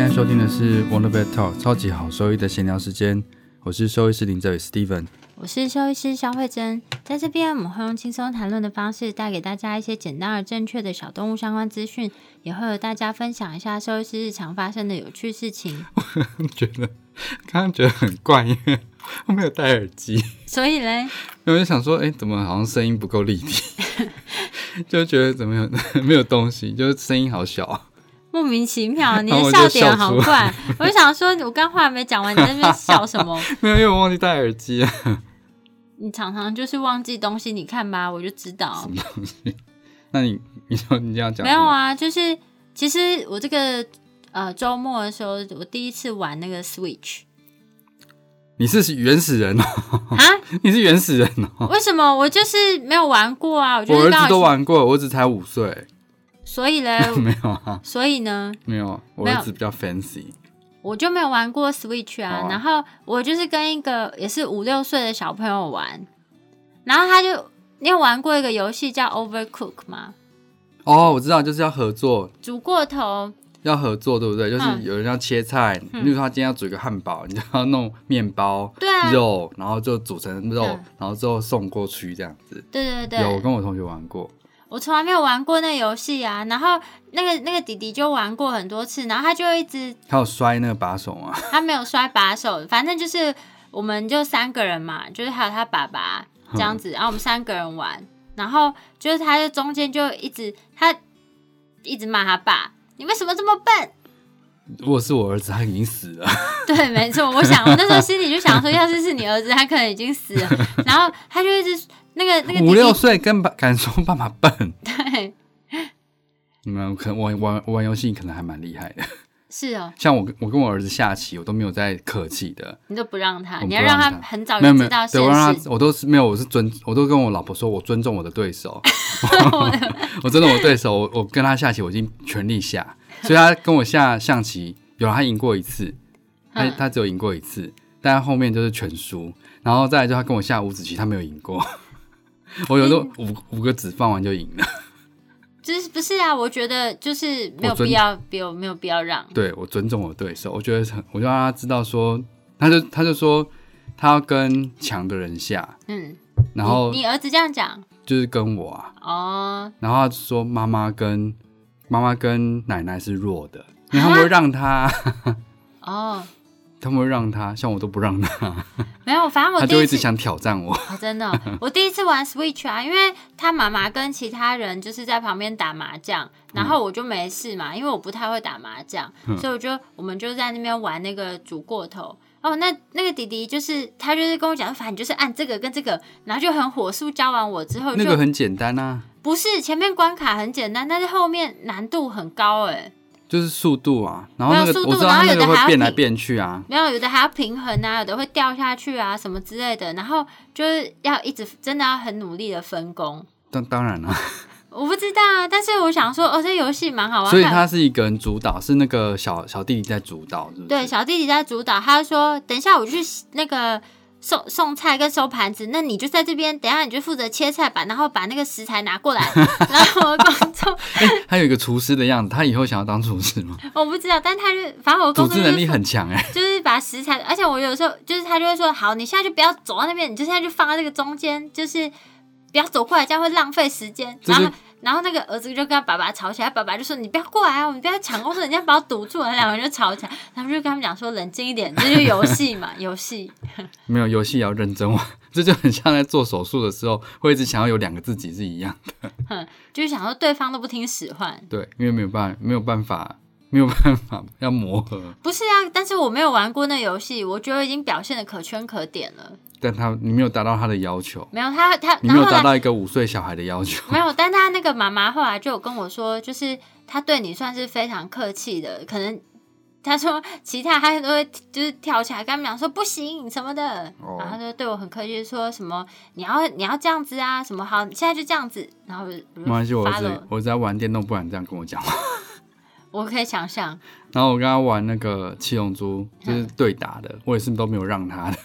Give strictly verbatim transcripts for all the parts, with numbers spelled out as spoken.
在收听的是 Wonderful Talk 超级好收益的闲聊时间，我是兽医师林哲宇 Steven， 我是兽医师肖慧珍。在这边我们会用轻松谈论的方式带给大家一些简单而正确的小动物相关资讯，也会和大家分享一下兽医师日常发生的有趣事情。 我觉得刚刚觉得很怪，因为我没有戴耳机， 所以嘞， 我就想说哎，怎么好像声音不够立体就觉得怎么有没有东西，就是声音好小， 莫名其妙，你的笑点好怪。我就想说，我刚话还没讲完，你在那边笑什么？ 没有，因为我忘记戴耳机了。 你常常就是忘记东西，你看吧，我就知道。 什么东西？那你你说你这样讲？ 没有啊，就是其实我这个呃周末的时候，我第一次玩那个 Switch。 你是原始人哦？ 啊？ 你是原始人哦？ 为什么？我就是没有玩过啊。我, 就是我儿子都玩过，我儿子才五岁。 所以呢？ 没有啊。 所以呢？ 没有，我儿子比较 fancy。 我就没有玩过 Switch 啊，啊然后我就是跟一个也是五六岁的小朋友玩，然后他就你有玩过一个游戏叫 Overcook 吗？ 哦，我知道，就是要合作， 煮过头。 要合作，对不对？就是有人要切菜，嗯、例如他今天要煮一个汉堡，你就要弄面包、 对啊、 肉，然后就煮成肉， 嗯、 然后之后送过去这样子。 对对对， 有我跟我同学玩过。 我从来没有玩过那游戏啊，然后那个那个弟弟就玩过很多次，然后他就一直他有摔那个把手吗？ 他没有摔把手，反正就是我们就三个人嘛，就是还有他爸爸这样子，然后我们三个人玩，然后就是他就中间就一直他一直骂他爸，你为什么这么笨？ 如果是我儿子，他已经死了。 对，没错，我想我那时候心里就想说，要是是你儿子，他可能已经死了。然后他就一直那个那个弟弟五六岁跟敢说爸爸笨， 对， 你们可能玩玩玩游戏可能还蛮厉害的。 是哦， 像我我跟我儿子下棋，我都没有在客气的， 你都不让他， 你要让他很早就知道现实。 对，我让他，我都是没有，我是尊，我都跟我老婆说，我尊重我的对手，我尊重我对手，我我跟他下棋，我已经全力下，所以他跟我下象棋，有他赢过一次，他、嗯、他只有赢过一次，但后面就是全输，然后再来就他跟我下五子棋，他没有赢过，我有时候五五个子放完就赢了。 就是不是啊？我觉得就是没有必要，没有没有必要让。 对，我尊重我的对手，我觉得很，我就让他知道说，他就他就说他要跟强的人下，嗯，然后你, 你儿子这样讲， 就是跟我啊， 哦， 然后他就说妈妈跟妈妈跟奶奶是弱的，因为他们会让他，哦。他们会让他，像我都不让他。 没有，反正我第一次他就一直想挑战我。 哦、真的、哦，我第一次玩 Switch 啊，因为他妈妈跟其他人就是在旁边打麻将，然后我就没事嘛，因为我不太会打麻将，嗯、所以我就我们就在那边玩那个煮过头。哦，那那个弟弟就是他就是跟我讲，反正就是按这个跟这个，然后就很火速教完我之后就， 那个很简单啊。 不是，前面关卡很简单，但是后面难度很高哎、欸。 就是速度啊，然后那个我知道它那个会变来变去啊， 没有，有的还要平衡啊，有的会掉下去啊，什么之类的，然后就是要一直真的要很努力的分工。 当当然了、啊， 我不知道啊，但是我想说，哦，这游戏蛮好玩。 所以他是一个人主导，是那个小小弟弟在主导，是不是？ 对，小弟弟在主导。他说，等一下我去那个。送送菜跟收盘子，那你就在这边，等一下你就负责切菜吧，然后把那个食材拿过来，然后我工作。 欸、他有一个厨师的样子，他以后想要当厨师吗？ 我不知道，但他就反正我工作、就是、 组织能力很强哎、欸， 就是把食材，而且我有时候就是他就会说，好，你现在就不要走到那边，你就现在就放在这个中间，就是不要走过来，这样会浪费时间。然后然后那个儿子就跟他爸爸吵起来，爸爸就说：“你不要过来啊，你不要抢公司，人家把我堵住了。”两个人就吵起来，他们就跟他们讲说：“冷静一点，这就是游戏嘛，游戏。” 没有游戏也要认真玩，这就很像在做手术的时候，会一直想要有两个自己是一样的。 哼，就是想说对方都不听使唤。 对，因为没有办法，没有办法，没有办法要磨合。 不是啊，但是我没有玩过那游戏，我觉得已经表现得可圈可点了。 但他你没有达到他的要求， 没有他他你没有达到一个五岁小孩的要求， 没有。但他那个妈妈后来就有跟我说，就是他对你算是非常客气的，可能他说其他他都会就是跳起来跟他们讲说不行什么的，哦、然后他就对我很客气，说什么你要你要这样子啊，什么好，现在就这样子，然后没关系，我只我只要玩电动，不然这样跟我讲话。 我可以想象。 然后我跟他玩那个七龙珠，就是对打的，我也是都没有让他的。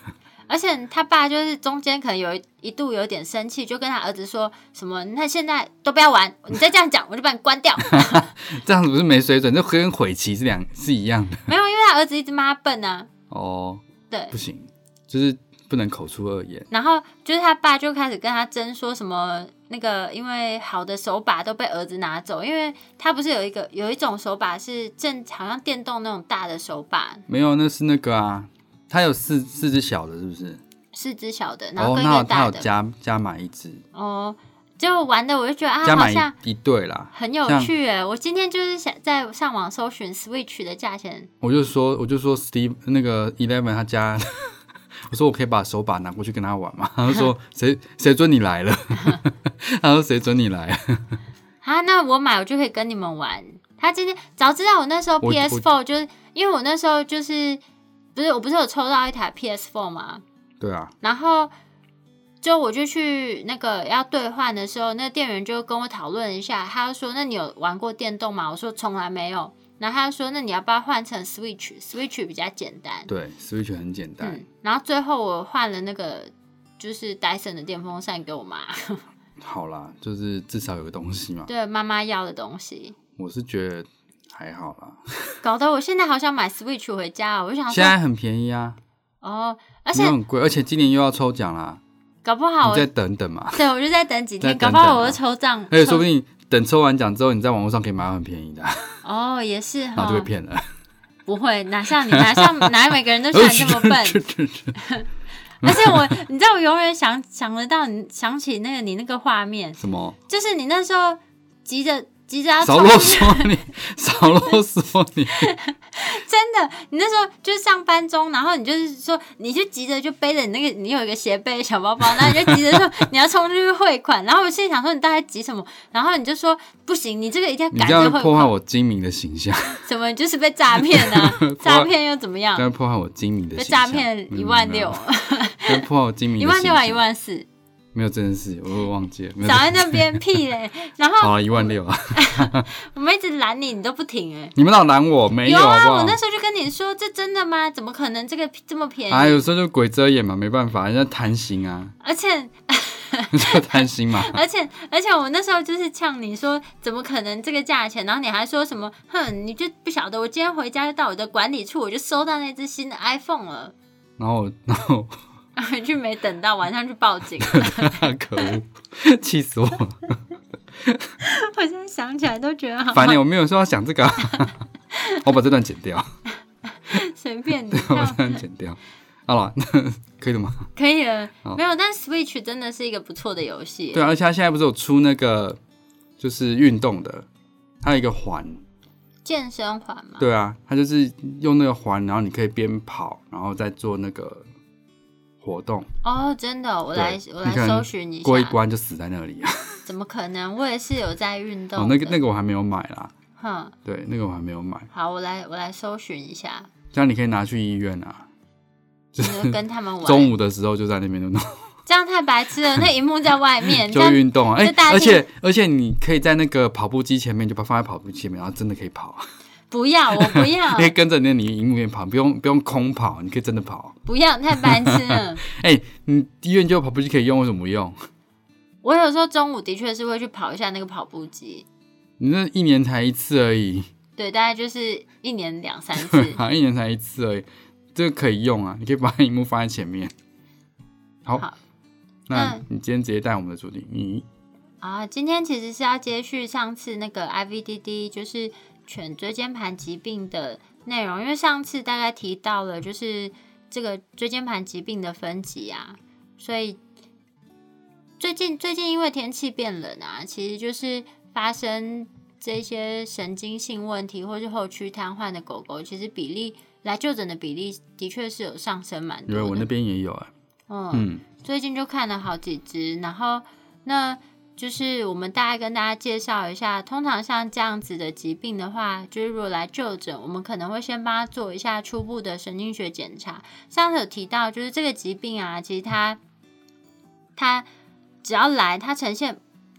而且他爸就是中间可能有一度有点生气，就跟他儿子说什么：“那现在都不要玩，你再这样讲，我就把你关掉。” 这样子不是没水准，这跟悔棋是两是一样的。 没有，因为他儿子一直骂他笨啊。 哦， 对， 不行，就是不能口出恶言。 然后就是他爸就开始跟他争说什么那个，因为好的手把都被儿子拿走，因为他不是有一个有一种手把是正好像电动那种大的手把， 没有，那是那个啊，他有四四只小的，是不是？ 四只小的，然后哦， 跟一那他有个大的。 加加买一只， 哦，就玩的我就觉得啊， 加买好像一对啦， 很有趣耶。我今天就是想在上网搜寻 Switch 的价钱， 我就说我就说 Steve 那个 Eleven 他家。我说我可以把手把拿过去跟他玩吗？他就说谁谁准你来了？他说谁准你来了？ 啊，那我买我就可以跟你们玩。他今天早知道我那时候 P S 四 就是因为我那时候就是不是我不是有抽到一台 P S 四 吗？ 对啊， 然后就我就去那个要兑换的时候，那个店员就跟我讨论一下，他就说：“那你有玩过电动吗？”我说：“从来没有。”然后他就说：“那你要不要换成 Switch？Switch 比较简单。” 对 ，Switch 很简单。 嗯，然后最后我换了那个就是 Dyson 的电风扇给我妈。 好啦，就是至少有个东西嘛。 对，妈妈要的东西。 我是觉得还好啦。 搞得我现在好想买 Switch 回家，我就想说现在很便宜啊。 哦，而且没有很贵，而且今年又要抽奖啦。 搞不好我你再等等嘛。 对，我就再等几天， 等等搞不好我会抽账。 而且说不定等抽完奖之后，你在网络上可以买到很便宜的。 哦，也是哈。 然后就被骗了。 不会，哪像你，哪像哪每个人都像你这么笨。而且我，你知道，我永远想想得到，你想起那个你那个画面， 什么？ 就是你那时候急着急着要少啰嗦你，少啰嗦你。 真的，你那时候就是上班中，然后你就是说，你就急着就背着你那个，你有一个斜背的小包包，然后你就急着说你要冲出去汇款，然后我心里想说你到底急什么？然后你就说不行，你这个一定要赶着汇款。 你这样破坏我精明的形象。 什么？你就是被诈骗啊？诈骗又怎么样？ 这样破坏我精明的形被象。 诈骗一万六， 这样破坏我精明的一万六还一万四。 没有这件事，我会忘记了。 少在那边屁嘞！然后好啊，一万六啊！ 我们一直拦你，你都不停哎、欸！ 你们老拦我，没有啊！ 好不好我那时候就跟你说，这真的吗？怎么可能这个这么便宜？ 啊，有时候就鬼遮眼嘛，没办法，人家贪心啊。 而且就贪心嘛。 而且而且我那时候就是呛你说，怎么可能这个价钱？然后你还说什么？哼，你就不晓得，我今天回家就到我的管理处，我就收到那只新的 iPhone 了。 然后，然后。 就没等到晚上去报警。 可恶，气死我了！ 我现在想起来都觉得好烦你，我没有说要讲这个、啊，我把这段剪掉。 随便你， 我把这段剪掉。好了，可以了吗？ 可以了，没有。但 Switch 真的是一个不错的游戏。 对，而且它现在不是有出那个就是运动的，它有一个环， 健身环嘛。 对啊，它就是用那个环，然后你可以边跑，然后再做那个。活动哦，真的，我来我来搜寻一下， 过一关就死在那里啊！ 怎么可能？我也是有在运动。 哦，那个那个我还没有买啦。 哼， 对，那个我还没有买。 好，我来我来搜寻一下。 这样你可以拿去医院啊， 就是跟他们玩。 中午的时候就在那边弄。 这样太白痴了，那荧幕在外面就运动啊！哎、 欸， 而且而且你可以在那个跑步机前面，就把它放在跑步机前面，然后真的可以跑。 不要，我不要。 可以跟着那你荧幕面跑，不用不用空跑，你可以真的跑。 不要，太白痴了。 哎、欸，你医院就有跑步机可以用，为什么不用？ 我有时候中午的确是会去跑一下那个跑步机。 你那一年才一次而已。 对，大概就是一年两三次。 好，一年才一次而已，这个可以用啊，你可以把荧幕放在前面。好，好那你今天直接带我们的主题，你啊，今天其实是要接续上次那个 I V D D， 就是犬椎间盘疾病的内容，因为上次大概提到了就是这个椎间盘疾病的分级啊，所以最近最近因为天气变冷啊，其实就是发生这些神经性问题或是后区瘫痪的狗狗，其实比例来就诊的比例的确是有上升蛮多的。 因为我那边也有啊， 嗯，嗯最近就看了好几只，然后那。就是我们大概跟大家介绍一下，通常像这样子的疾病的话，就是如果来就诊，我们可能会先帮他做一下初步的神经学检查。上次有提到，就是这个疾病啊，其实它它只要来，它呈现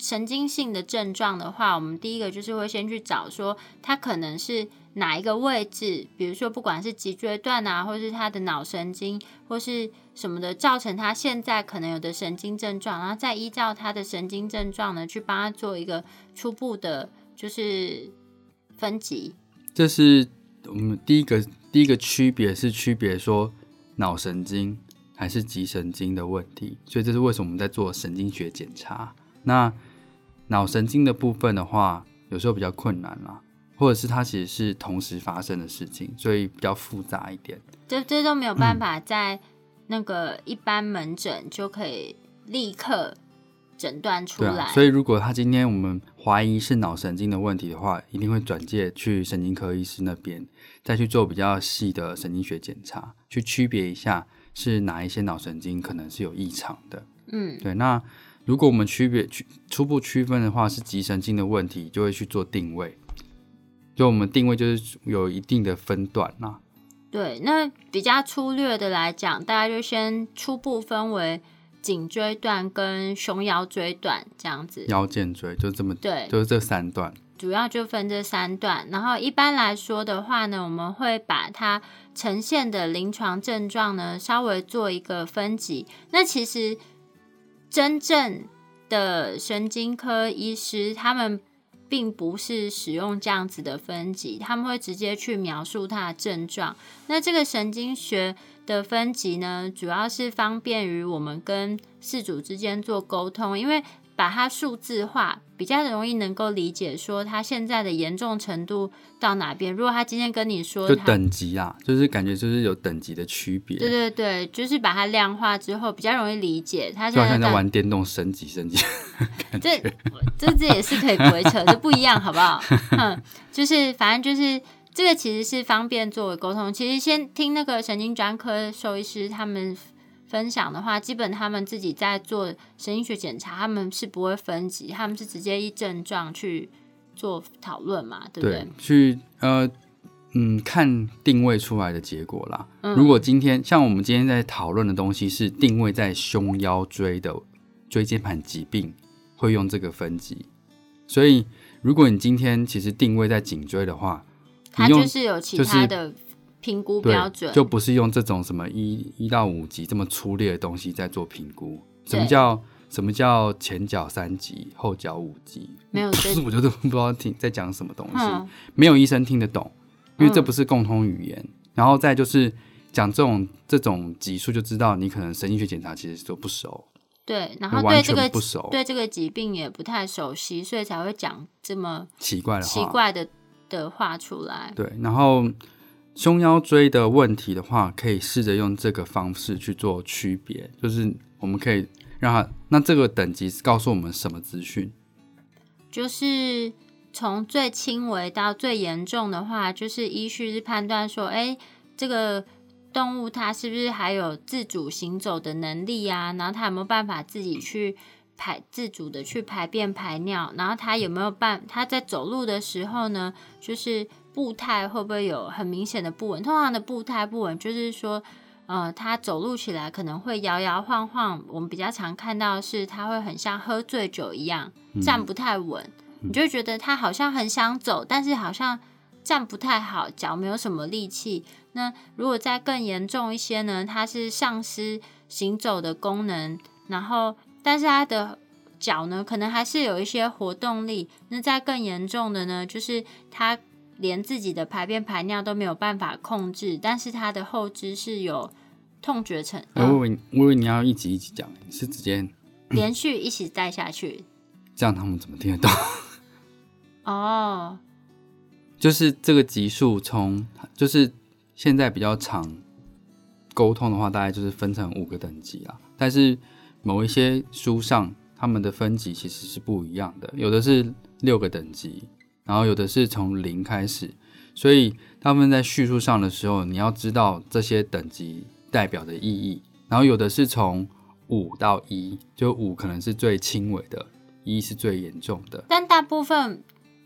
神经性的症状的话，我们第一个就是会先去找说它可能是哪一个位置，比如说不管是脊椎段啊，或是它的脑神经或是什么的，造成它现在可能有的神经症状，然后再依照它的神经症状呢，去帮它做一个初步的就是分级。 这是我们第一个第一个区别，是区别说脑神经还是脊神经的问题，所以这是为什么我们在做神经学检查。那脑神经的部分的话，有时候比较困难啦，或者是它其实是同时发生的事情，所以比较复杂一点。 这这都没有办法在那个一般门诊就可以立刻诊断出来。 对啊，所以如果他今天我们怀疑是脑神经的问题的话，一定会转介去神经科医师那边，再去做比较细的神经学检查，去区别一下是哪一些脑神经可能是有异常的。嗯，对。那如果我们区别初步区分的话，是脊神经的问题，就会去做定位。就我们定位就是有一定的分段啦。 对，那比较粗略的来讲，大家就先初步分为颈椎段跟胸腰椎段这样子。 腰间椎就这么， 对， 就是这三段。 主要就分这三段，然后一般来说的话呢，我们会把它呈现的临床症状呢稍微做一个分级。那其实真正的神经科医师他们并不是使用这样子的分级，他们会直接去描述它的症状。那这个神经学的分级呢，主要是方便于我们跟饲主之间做沟通，因为把它数字化，比较容易能够理解说他现在的严重程度到哪边。如果他今天跟你说就等级啊，就是感觉就是有等级的区别。 对对对，就是把它量化之后比较容易理解。他就好像在玩电动升级升级这这这也是可以鬼扯，这不一样好不好？嗯，就是反正就是这个其实是方便作为沟通。其实先听那个神经专科兽医师他们分享的话，基本他们自己在做神经学检查，他们是不会分级，他们是直接依症状去做讨论嘛，对不对？ 对，去呃嗯看定位出来的结果啦。嗯、如果今天像我们今天在讨论的东西是定位在胸腰椎的椎间盘疾病，会用这个分级。所以如果你今天其实定位在颈椎的话， 它就是有其他的、就是评估标准， 就不是用这种什么一一到五级这么粗略的东西在做评估。什么叫什么叫前脚三级，后脚五级？ 没有， 我就不知道听在讲什么东西、嗯，没有医生听得懂，因为这不是共通语言。嗯、然后再就是讲这种这种级数，就知道你可能神经学检查其实都不熟。 对，然后对这个对这个疾病也不太熟悉，所以才会讲这么奇怪的话奇怪的的话出来。 对，然后胸腰椎的问题的话，可以试着用这个方式去做区别，就是我们可以让它，那这个等级告诉我们什么资讯？ 就是从最轻微到最严重的话，就是依序是判断说，哎，这个动物它是不是还有自主行走的能力啊？然后它有没有办法自己去排自主的去排便排尿？然后它有没有办它在走路的时候呢，就是步态会不会有很明显的不稳？通常的步态不稳就是说，呃，它走路起来可能会摇摇晃晃。我们比较常看到的是，它会很像喝醉酒一样，站不太稳。嗯、你就会觉得它好像很想走，但是好像站不太好，脚没有什么力气。那如果再更严重一些呢，它是丧失行走的功能，然后但是它的脚呢，可能还是有一些活动力。那再更严重的呢，就是它连自己的排便排尿都没有办法控制，但是它的后肢是有痛觉成、 嗯、我以为我以为你要一集一集讲，你是直接连续一起带下去， 这样他们怎么听得懂？ 哦， 就是这个级数从就是现在比较常沟通的话，大概就是分成五个等级啦。但是某一些书上他们的分级其实是不一样的，有的是六个等级，然后有的是从零开始。所以他们在叙述上的时候，你要知道这些等级代表的意义。然后有的是从五到一，就五可能是最轻微的，一是最严重的。 但大部分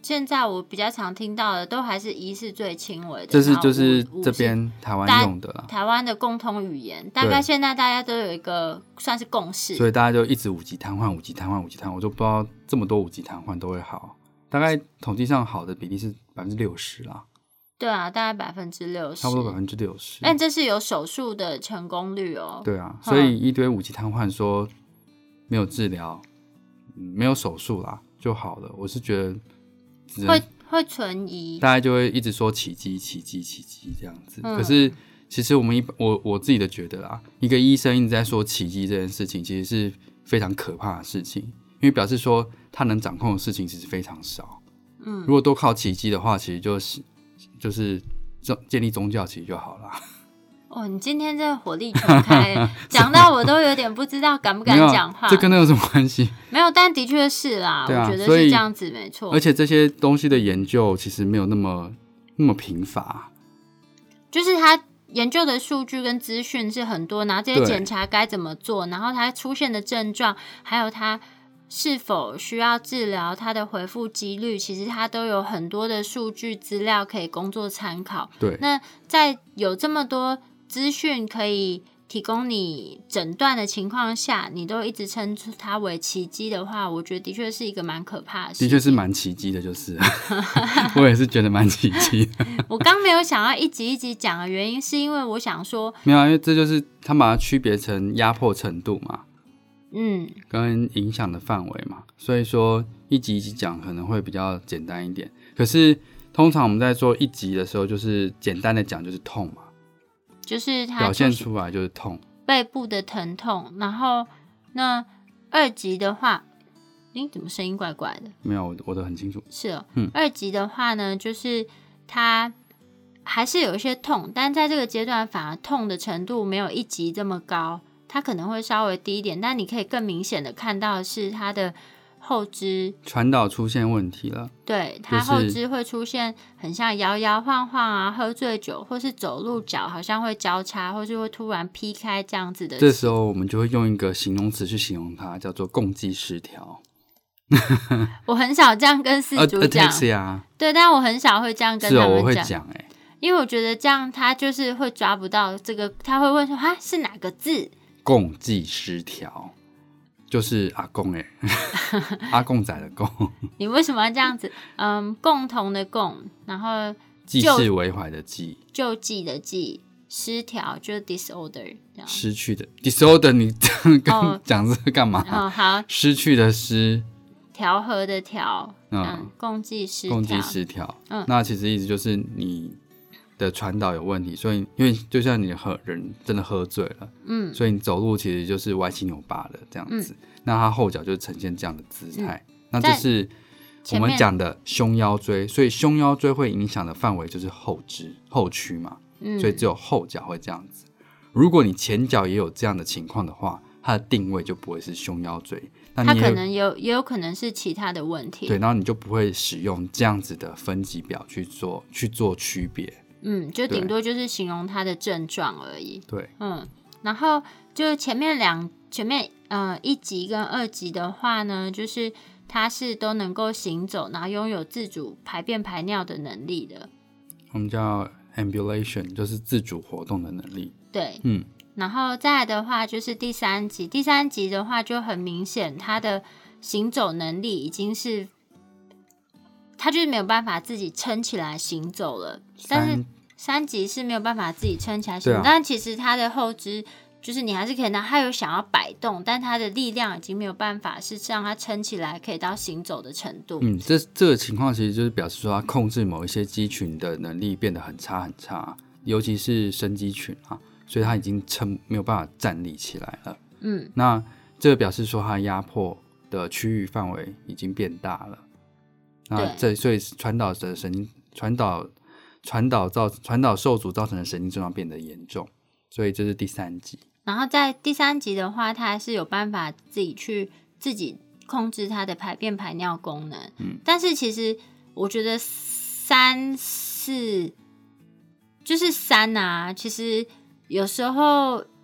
现在我比较常听到的都还是一是最轻微的， 这是就是这边台湾用的啦， 台湾的共通语言，大概现在大家都有一个算是共识， 所以大家就一直五级瘫痪，五级瘫痪，五级瘫痪，我就不知道这么多五级瘫痪都会好，大概统计上好的比例是百分之六十啦。 对啊，大概百分之六十， 差不多百分之六十。 但这是有手术的成功率哦。 对啊，所以一堆五级瘫痪说没有治疗、嗯，没有手术啦就好了。我是觉得会会存疑， 大家就会一直说奇迹、奇迹、奇迹这样子。 嗯、 可是其实我们一我我自己的觉得啦，一个医生一直在说奇迹这件事情，其实是非常可怕的事情，因为表示说他能掌控的事情其实非常少。嗯，如果都靠奇迹的话，其实就是就是建立宗教其实就好了。 哦，你今天这个火力全开，讲到我都有点不知道敢不敢讲话。 这跟那有什么关系？ 没有，但的确是啦， 对啊， 我觉得是这样子，没错。 而且这些东西的研究其实没有那么那么贫乏， 就是他研究的数据跟资讯是很多，然后这些检查该怎么做，然后它出现的症状，还有它是否需要治疗，它的回复几率，其实它都有很多的数据资料可以工作参考。 对， 那在有这么多资讯可以提供你诊断的情况下，你都一直称它为奇迹的话，我觉得的确是一个蛮可怕的事情。 的确是蛮奇迹的，就是我也是觉得蛮奇迹的。 我刚没有想要一集一集讲的原因，是因为我想说， 没有、啊，因为这就是他把它区别成压迫程度嘛， 嗯， 跟影响的范围嘛，所以说一集一集讲可能会比较简单一点。可是通常我们在做一集的时候，就是简单的讲就是痛嘛。 就是它表现出来就是痛， 背部的疼痛。然后那二级的话，诶，怎么声音怪怪的？ 没有，我的很清楚。 是哦， 嗯， 二级的话呢，就是它还是有一些痛，但在这个阶段反而痛的程度没有一级这么高，它可能会稍微低一点，但你可以更明显的看到的是它的后肢传导出现问题了， 对，它后肢会出现很像摇摇晃晃啊，喝醉酒或是走路脚好像会交叉，或是会突然劈开这样子的。 这时候我们就会用一个形容词去形容它，叫做共济失调。 我很少这样跟饲主讲， Ataxia 对，但我很少会这样跟他们讲。 是、哦、我会讲、欸、 因为我觉得这样他就是会抓不到这个，他会问说哈是哪个字？ 共济失调。就是阿公哎、欸，阿公仔的公。 你为什么要这样子？嗯，共同的共，然后济世为怀的济， 救济的济，失调就是 disorder， 这样失去的 disorder， 你这样跟讲这个干嘛？ 哦，好， 失去的失， 调和的调，嗯， 嗯共济失调， 共济失调。 嗯， 那其实意思就是你的传导有问题，所以因为就像你喝人真的喝醉了，嗯，所以你走路其实就是歪七扭八的这样子，嗯、那他后脚就呈现这样的姿态、嗯，那这是我们讲的胸腰椎，所以胸腰椎会影响的范围就是后肢后区嘛，嗯，所以只有后脚会这样子。如果你前脚也有这样的情况的话，它的定位就不会是胸腰椎，那你它可能有也有可能是其他的问题， 对，然后你就不会使用这样子的分级表去做去做区别。 嗯，就顶多就是形容它的症状而已。 对， 嗯，然后就前面两前面呃一级跟二级的话呢，就是它是都能够行走，然后拥有自主排便排尿的能力的。 我们叫 ambulation， 就是自主活动的能力。 对， 嗯， 然后再来的话就是第三级，第三级的话就很明显，它的行走能力已经是。他就是没有办法自己撑起来行走了，但是三级是没有办法自己撑起来行走，啊、但其实他的后肢就是你还是可以拿，他有想要摆动，但他的力量已经没有办法是让他撑起来可以到行走的程度。 嗯，这这个情况其实就是表示说他控制某一些肌群的能力变得很差很差，尤其是深肌群啊，所以他已经撑没有办法站立起来了。嗯，那这个表示说他压迫的区域范围已经变大了。那这所以传导的神经传导传导造传导受阻造成的神经症状变得严重，所以这是第三级。 然后在第三级的话，它还是有办法自己去自己控制它的排便排尿功能。嗯，但是其实我觉得三四就是三啊，其实有时候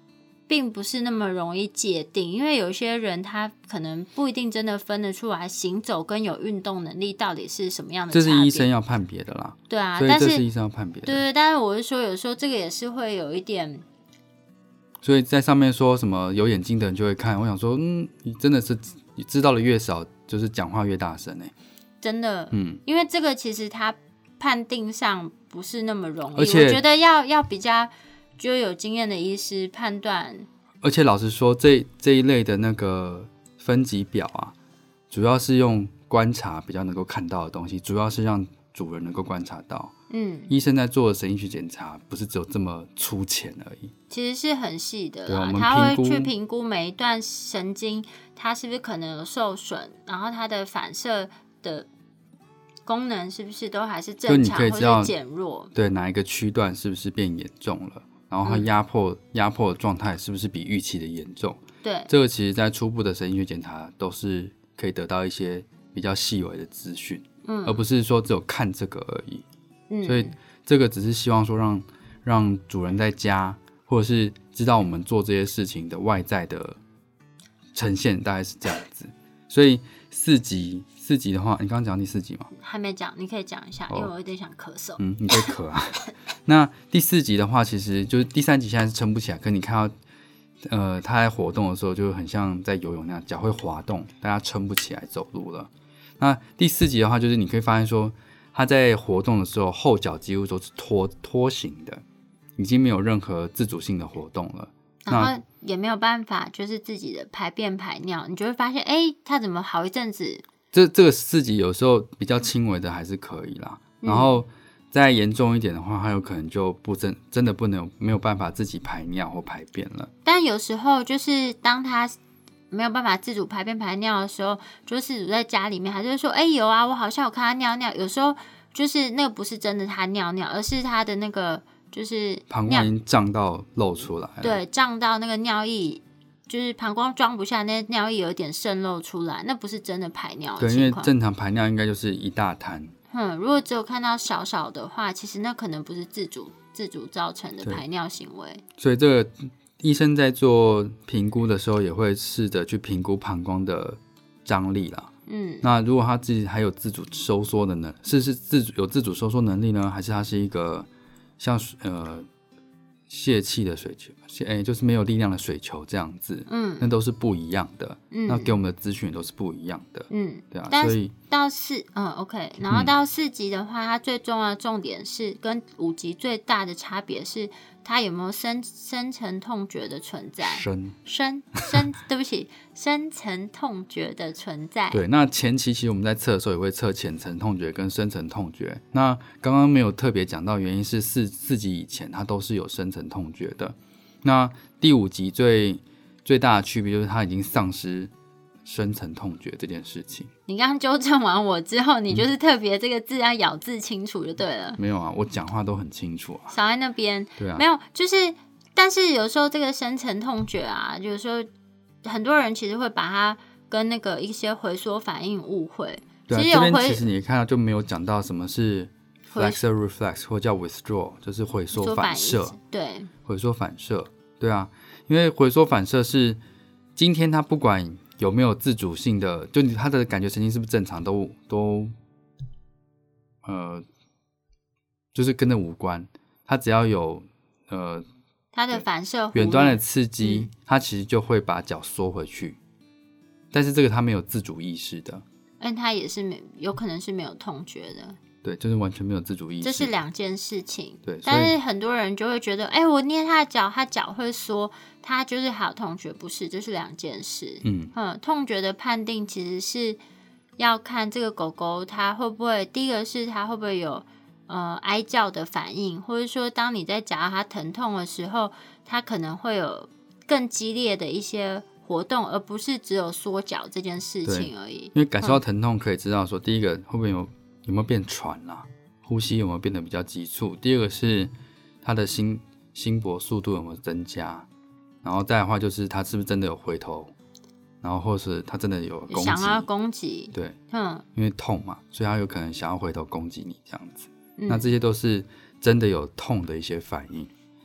并不是那么容易界定，因为有些人他可能不一定真的分得出来行走跟有运动能力到底是什么样的差别， 这是医生要判别的啦。 对啊， 所以但是这是医生要判别的。 对对，但是我是说有时候这个也是会有一点， 所以在上面说什么有眼睛的人就会看，我想说，嗯，你真的是你知道的越少，就是讲话越大声哎。 真的， 嗯， 因为这个其实它判定上不是那么容易， 而且我觉得要要比较就有经验的医师判断。 而且老实说，这这一类的那个分级表啊，主要是用观察比较能够看到的东西，主要是让主人能够观察到。 嗯， 医生在做的神经学检查不是只有这么粗浅而已， 其实是很细的啦， 对我们他会评估去评估每一段神经它是不是可能有受损，然后它的反射的功能是不是都还是正常或者减弱， 对哪一个区段是不是变严重了，然后它压迫、嗯、压迫的状态是不是比预期的严重。 对， 这个其实在初步的神经学检查都是可以得到一些比较细微的资讯，嗯，而不是说只有看这个而已。嗯，所以这个只是希望说让让主人在家或者是知道我们做这些事情的外在的呈现大概是这样子。所以四级四级的话，你刚刚讲第四级吗？ 还没讲，你可以讲一下，哦、因为我有点想咳嗽。 嗯，你可以咳啊。那第四级的话，其实就是第三级现在是撑不起来，可你看到呃他在活动的时候就很像在游泳那样，脚会滑动，但他撑不起来走路了。那第四级的话，就是你可以发现说他在活动的时候后脚几乎都是拖拖行的，已经没有任何自主性的活动了。 然后也没有办法就是自己的排便排尿，你就会发现哎，他怎么好一阵子这这个四级有时候比较轻微的还是可以啦，嗯、然后再严重一点的话，他有可能就不真真的不能没有办法自己排尿或排便了。 但有时候就是当他没有办法自主排便排尿的时候，就事主在家里面还是会说哎有啊，我好像有看他尿尿。有时候就是那个不是真的他尿尿，而是他的那个就是膀胱已经胀到露出来了， 对，胀到那个尿液就是膀胱装不下，那尿液有点渗漏出来，那不是真的排尿的情况。 对，因为正常排尿应该就是一大滩。 嗯，如果只有看到少少的话，其实那可能不是自主自主造成的排尿行为。 所以这个医生在做评估的时候，也会试着去评估膀胱的张力啦。嗯，那如果他自己还有自主收缩的能，是是自主有自主收缩能力呢，还是他是一个像呃泄气的水球，哎，就是没有力量的水球这样子，嗯，那都是不一样的，嗯，那给我们的资讯也都是不一样的，嗯，对啊，所以到四，嗯 ，OK， 然后到四级的话，嗯、它最重要的重点是跟五级最大的差别是，它有没有深深层痛觉的存在， 深深深，对不起，深层痛觉的存在。 对，那前期其实我们在测的时候也会测浅层痛觉跟深层痛觉，那刚刚没有特别讲到，原因是四四级以前它都是有深层痛觉的。那第五级最最大的区别就是它已经丧失深层痛觉这件事情。 你刚刚纠正完我之后，你就是特别这个字要咬字清楚就对了。 嗯、没有啊，我讲话都很清楚啊。 少在那边， 对啊， 没有，就是但是有时候这个深层痛觉啊，有时候很多人其实会把它跟那个一些回缩反应误会。 对啊， 其实有这边其实你看到就没有讲到什么是flexor reflex 或叫 withdraw， 就是回缩反射。 对， 回缩反射，对啊，因为回缩反射是今天它不管有没有自主性的，就它的感觉神经是不是正常，都都呃，就是跟着无关。它只要有呃， 它的反射远端的刺激，嗯、它其实就会把脚缩回去。但是这个它没有自主意识的， 但它也是没有可能是没有痛觉的。 对，就是完全没有自主意识， 这是两件事情。 对， 但是很多人就会觉得，哎、欸，我捏他的脚，他脚会缩，他就是还有痛觉，不是，这是两件事。嗯嗯，痛觉的判定其实是要看这个狗狗它会不会，第一个是它会不会有呃哀叫的反应，或者说当你在夹它疼痛的时候，它可能会有更激烈的一些活动，而不是只有缩脚这件事情而已。 因为感受到疼痛可以知道说，嗯、第一个会不会有。有没有变喘啦、啊？呼吸有没有变得比较急促？第二个是他的心心搏速度有没有增加？然后再来的话就是他是不是真的有回头？然后或是他真的有攻击？ 想要攻击？ 对，嗯，因为痛嘛，所以他有可能想要回头攻击你这样子。嗯、那这些都是真的有痛的一些反应。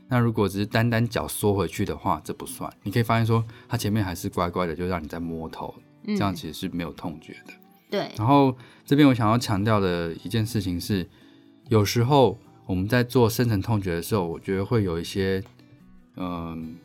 那如果只是单单脚缩回去的话，这不算。你可以发现说，它前面还是乖乖的，就让你在摸头，这样其实是没有痛觉的。 对。 然后这边我想要强调的一件事情是，有时候我们在做深层痛觉的时候，我觉得会有一些嗯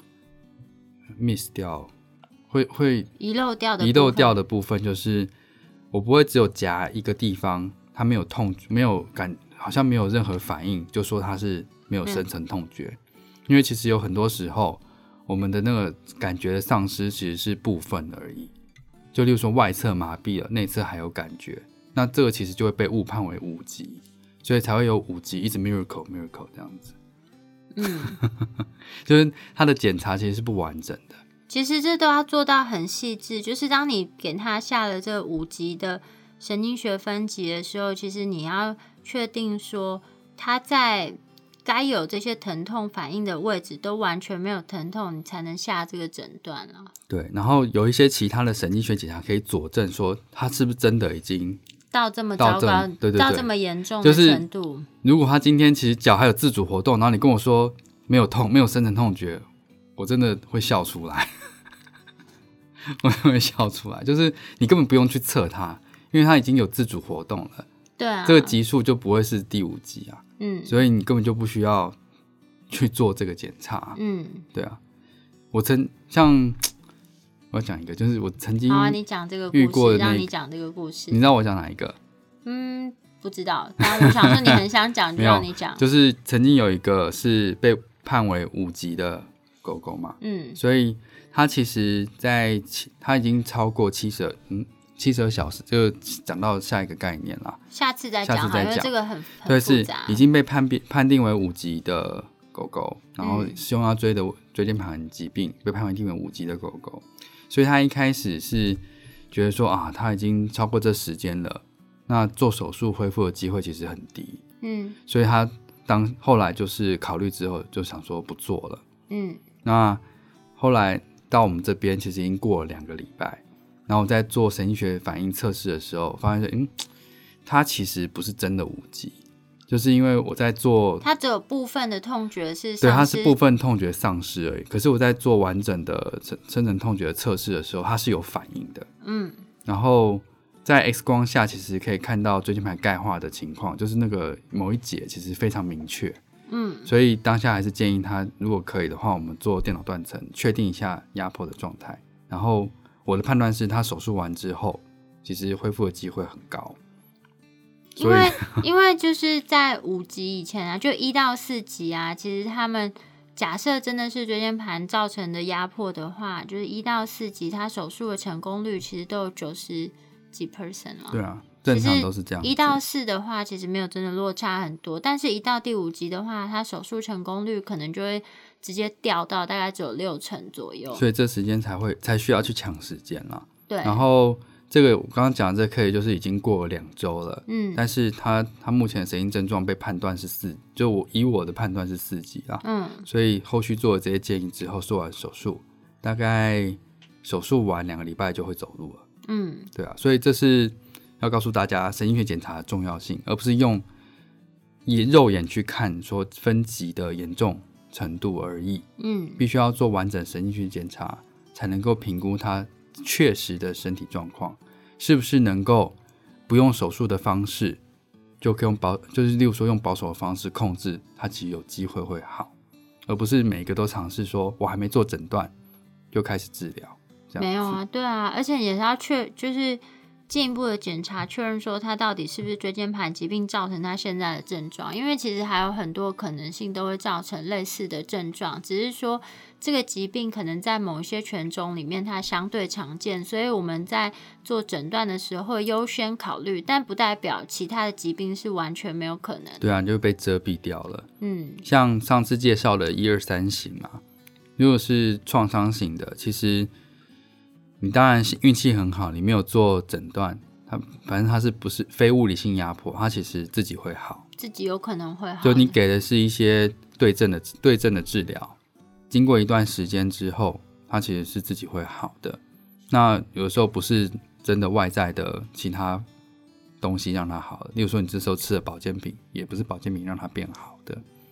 miss 掉，会会遗漏掉的遗漏掉的部分，就是我不会只有夹一个地方，它没有痛，没有感，好像没有任何反应，就说它是没有深层痛觉。嗯、因为其实有很多时候，我们的那个感觉的丧失其实是部分而已。就例如说外侧麻痹了，内侧还有感觉，那这个其实就会被误判为五级，所以才会有五级一直 miracle miracle 这样子。 嗯， 就是它的检查其实是不完整的。 其实这都要做到很细致，就是当你给他下了这五级的神经学分级的时候，其实你要确定说他在该有这些疼痛反应的位置都完全没有疼痛，你才能下这个诊断了。 对，然后有一些其他的神经学检查可以佐证说他是不是真的已经到这么糟糕， 对对对， 到这么严重的程度。 就是、如果他今天其实脚还有自主活动，然后你跟我说没有痛，没有深层痛觉，我真的会笑出来。我真的会笑出来，就是你根本不用去测他，因为他已经有自主活动了。 对啊， 这个级数就不会是第五级啊。 嗯， 所以你根本就不需要去做这个检查。 嗯， 对啊，我曾像我要讲一个，就是我曾经好啊，你讲这个故事，让你讲这个故事。 你知道我讲哪一个？ 嗯，不知道。但我想说你很想讲，就让你讲。 就是曾经有一个是被判为五级的狗狗嘛，嗯，所以它其实在它已经超过七十嗯。七十二小时就讲到下一个概念啦， 下次再讲，因为这个很很对， 复杂。 是已经被判判定为五级的狗狗，然后胸腰椎的椎间盘疾病被判定为五级的狗狗，所以他一开始是觉得说啊，他已经超过这时间了，那做手术恢复的机会其实很低，嗯，所以他当后来就是考虑之后就想说不做了，嗯，那后来到我们这边其实已经过了两个礼拜。然后我在做神经学反应测试的时候，发现嗯，它其实不是真的五级，就是因为我在做， 它只有部分的痛觉是丧失， 对，它是部分痛觉丧失而已。可是我在做完整的深层痛觉的测试的时候，它是有反应的，嗯。然后在 X 光下，其实可以看到椎间盘钙化的情况，就是那个某一节其实非常明确，嗯。所以当下还是建议他，如果可以的话，我们做电脑断层，确定一下压迫的状态，然后。我的判断是他手术完之后其实恢复的机会很高， 因为因为就是在五级以前啊，就一到四级啊，其实他们假设真的是椎间盘造成的压迫的话，就是一到四级他手术的成功率其实都有九十几 percent 了。 对啊，正常都是这样。 一到四的话其实没有真的落差很多，但是一到第五级的话，他手术成功率可能就会直接掉到大概只有六成左右， 所以这时间才会才需要去抢时间啦。 对， 然后这个我刚刚讲的这个 case 就是已经过了两周了，嗯，但是他他目前的神经症状被判断是四，就我以我的判断是四级啦，嗯，所以后续做了这些建议之后，做完手术，大概手术完两个礼拜就会走路了，嗯，对啊，所以这是要告诉大家神经学检查的重要性，而不是用以肉眼去看说分级的严重程度而已，嗯，必须要做完整神经学检查，才能够评估他确实的身体状况，是不是能够不用手术的方式，就可以用保，就是例如说用保守的方式控制，他其实有机会会好，而不是每个都尝试说我还没做诊断就开始治疗，这样子。 没有啊，对啊，而且也是要确，就是进一步的检查，确认说他到底是不是椎间盘疾病造成他现在的症状，因为其实还有很多可能性都会造成类似的症状，只是说这个疾病可能在某一些犬种里面它相对常见，所以我们在做诊断的时候会优先考虑，但不代表其他的疾病是完全没有可能。 对啊，就被遮蔽掉了。嗯，像上次介绍的一二三型嘛，如果是创伤型的，其实你当然运气很好，你没有做诊断，它反正它是不是非物理性压迫，它其实自己会好， 自己有可能会好。 就你给的是一些对症的对症的治疗，经过一段时间之后，它其实是自己会好的。那有时候不是真的外在的其他东西让它好的，例如说你这时候吃的保健品，也不是保健品让它变好的。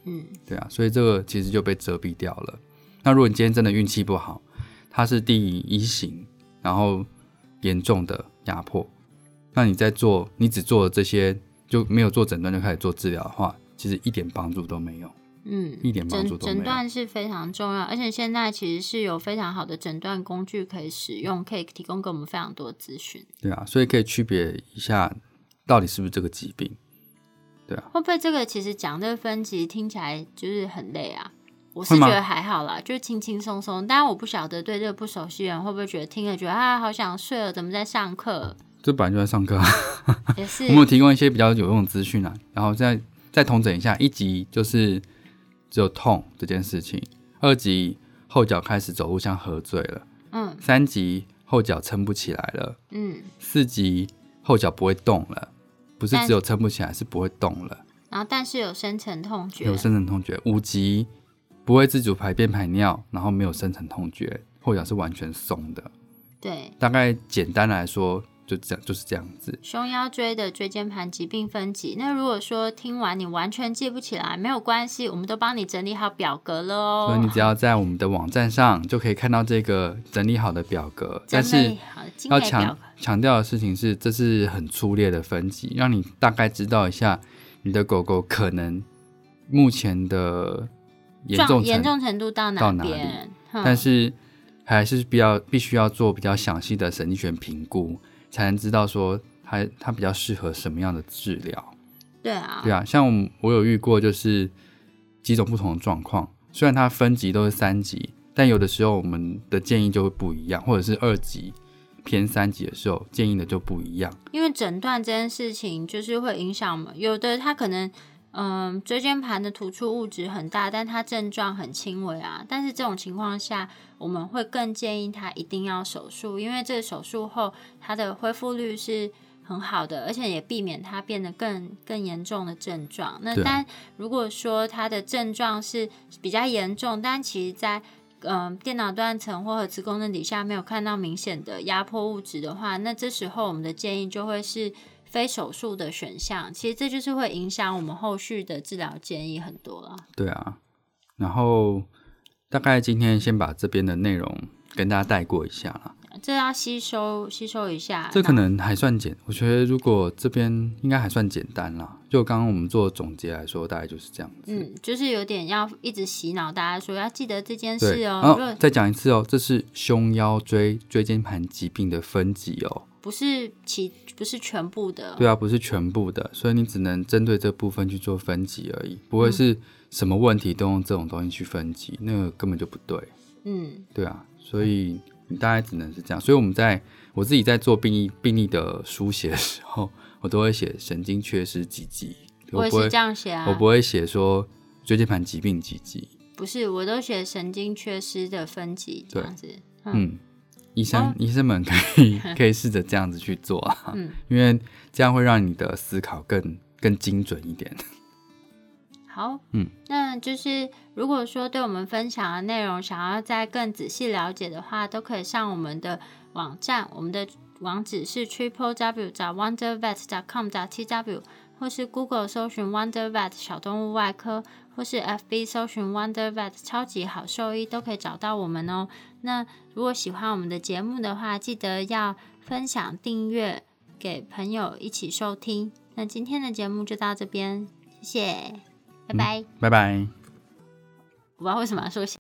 嗯， 对啊，所以这个其实就被遮蔽掉了。那如果你今天真的运气不好，它是第一型，然后严重的压迫，那你在做，你只做了这些，就没有做诊断就开始做治疗的话，其实一点帮助都没有。 嗯， 一点帮助都没有。 诊断是非常重要，而且现在其实是有非常好的诊断工具可以使用，可以提供给我们非常多的资讯。 对啊，所以可以区别一下，到底是不是这个疾病。对啊， 会不会这个其实讲这个分级听起来就是很累啊？我是觉得还好啦，就轻轻松松。当然我不晓得对这个不熟悉人会不会觉得听了觉得啊好想睡了，怎么在上课？ 这本来就在上课啊。 也是。 我们有提供一些比较有用的资讯啊，然后再再统整一下，一级就是只有痛这件事情，二级后脚开始走路像喝醉了， 嗯， 三级后脚撑不起来了， 嗯， 四级后脚不会动了，不是只有撑不起来，是不会动了， 然后但是有深层痛觉， 有深层痛觉。五级不会自主排便排尿，然后没有深层痛觉，后脚是完全松的。 对， 大概简单来说就这样，就是这样子。 胸腰椎的椎间盘疾病分级，那如果说听完你完全记不起来，没有关系，我们都帮你整理好表格了哦。 所以你只要在我们的网站上就可以看到这个整理好的表格。但是要强强调的事情是，这是很粗略的分级，让你大概知道一下你的狗狗可能目前的严重严重程度到哪边，但是还是必要必须要做比较详细的神经学评估，才能知道说它它比较适合什么样的治疗。 对啊， 对啊，像 我, 我有遇过就是几种不同的状况，虽然它分级都是三级，但有的时候我们的建议就会不一样，或者是二级偏三级的时候建议的就不一样。 因为诊断这件事情就是会影响我们，有的它可能嗯，椎间盘的突出物质很大，但它症状很轻微啊。但是这种情况下，我们会更建议他一定要手术，因为这个手术后它的恢复率是很好的，而且也避免它变得更更严重的症状。那但如果说它的症状是比较严重，但其实在嗯电脑断层或核磁共振底下没有看到明显的压迫物质的话，那这时候我们的建议就会是非手术的选项。其实这就是会影响我们后续的治疗建议很多了。 对啊，然后大概今天先把这边的内容跟大家带过一下啦， 这要吸收吸收一下。 这可能还算简，我觉得如果这边应该还算简单啦。就刚刚我们做总结来说，大概就是这样子。 嗯，就是有点要一直洗脑大家说要记得这件事哦。 然后再讲一次哦，这是胸腰椎椎间盘疾病的分级哦。 不是其不是全部的。 对啊，不是全部的，所以你只能针对这部分去做分级而已，不会是什么问题都用这种东西去分级，那个根本就不对。 嗯， 对啊，所以你大概只能是这样。所以我们在我自己在做病例病例的书写的时候，我都会写神经缺失几级。 我也是这样写啊， 我不会写说椎间盘疾病几级。 不是，我都写神经缺失的分级这样子。 嗯。嗯医生、哦、医生们可以可以试着这样子去做啊，嗯，因为这样会让你的思考更更精准一点。 好，嗯，那就是如果说对我们分享的内容想要再更仔细了解的话，都可以上我们的网站，我们的网址是 triple w 点 wonder vet 点 com 点 t w， 或是 Google 搜寻 Wonder Vet 小动物外科，或是 F B 搜寻 Wonder Vet 超级好兽医，都可以找到我们哦。那如果喜欢我们的节目的话，记得要分享订阅给朋友一起收听。那今天的节目就到这边，谢谢，拜拜， 嗯、拜拜。 我不知道为什么要说谢谢。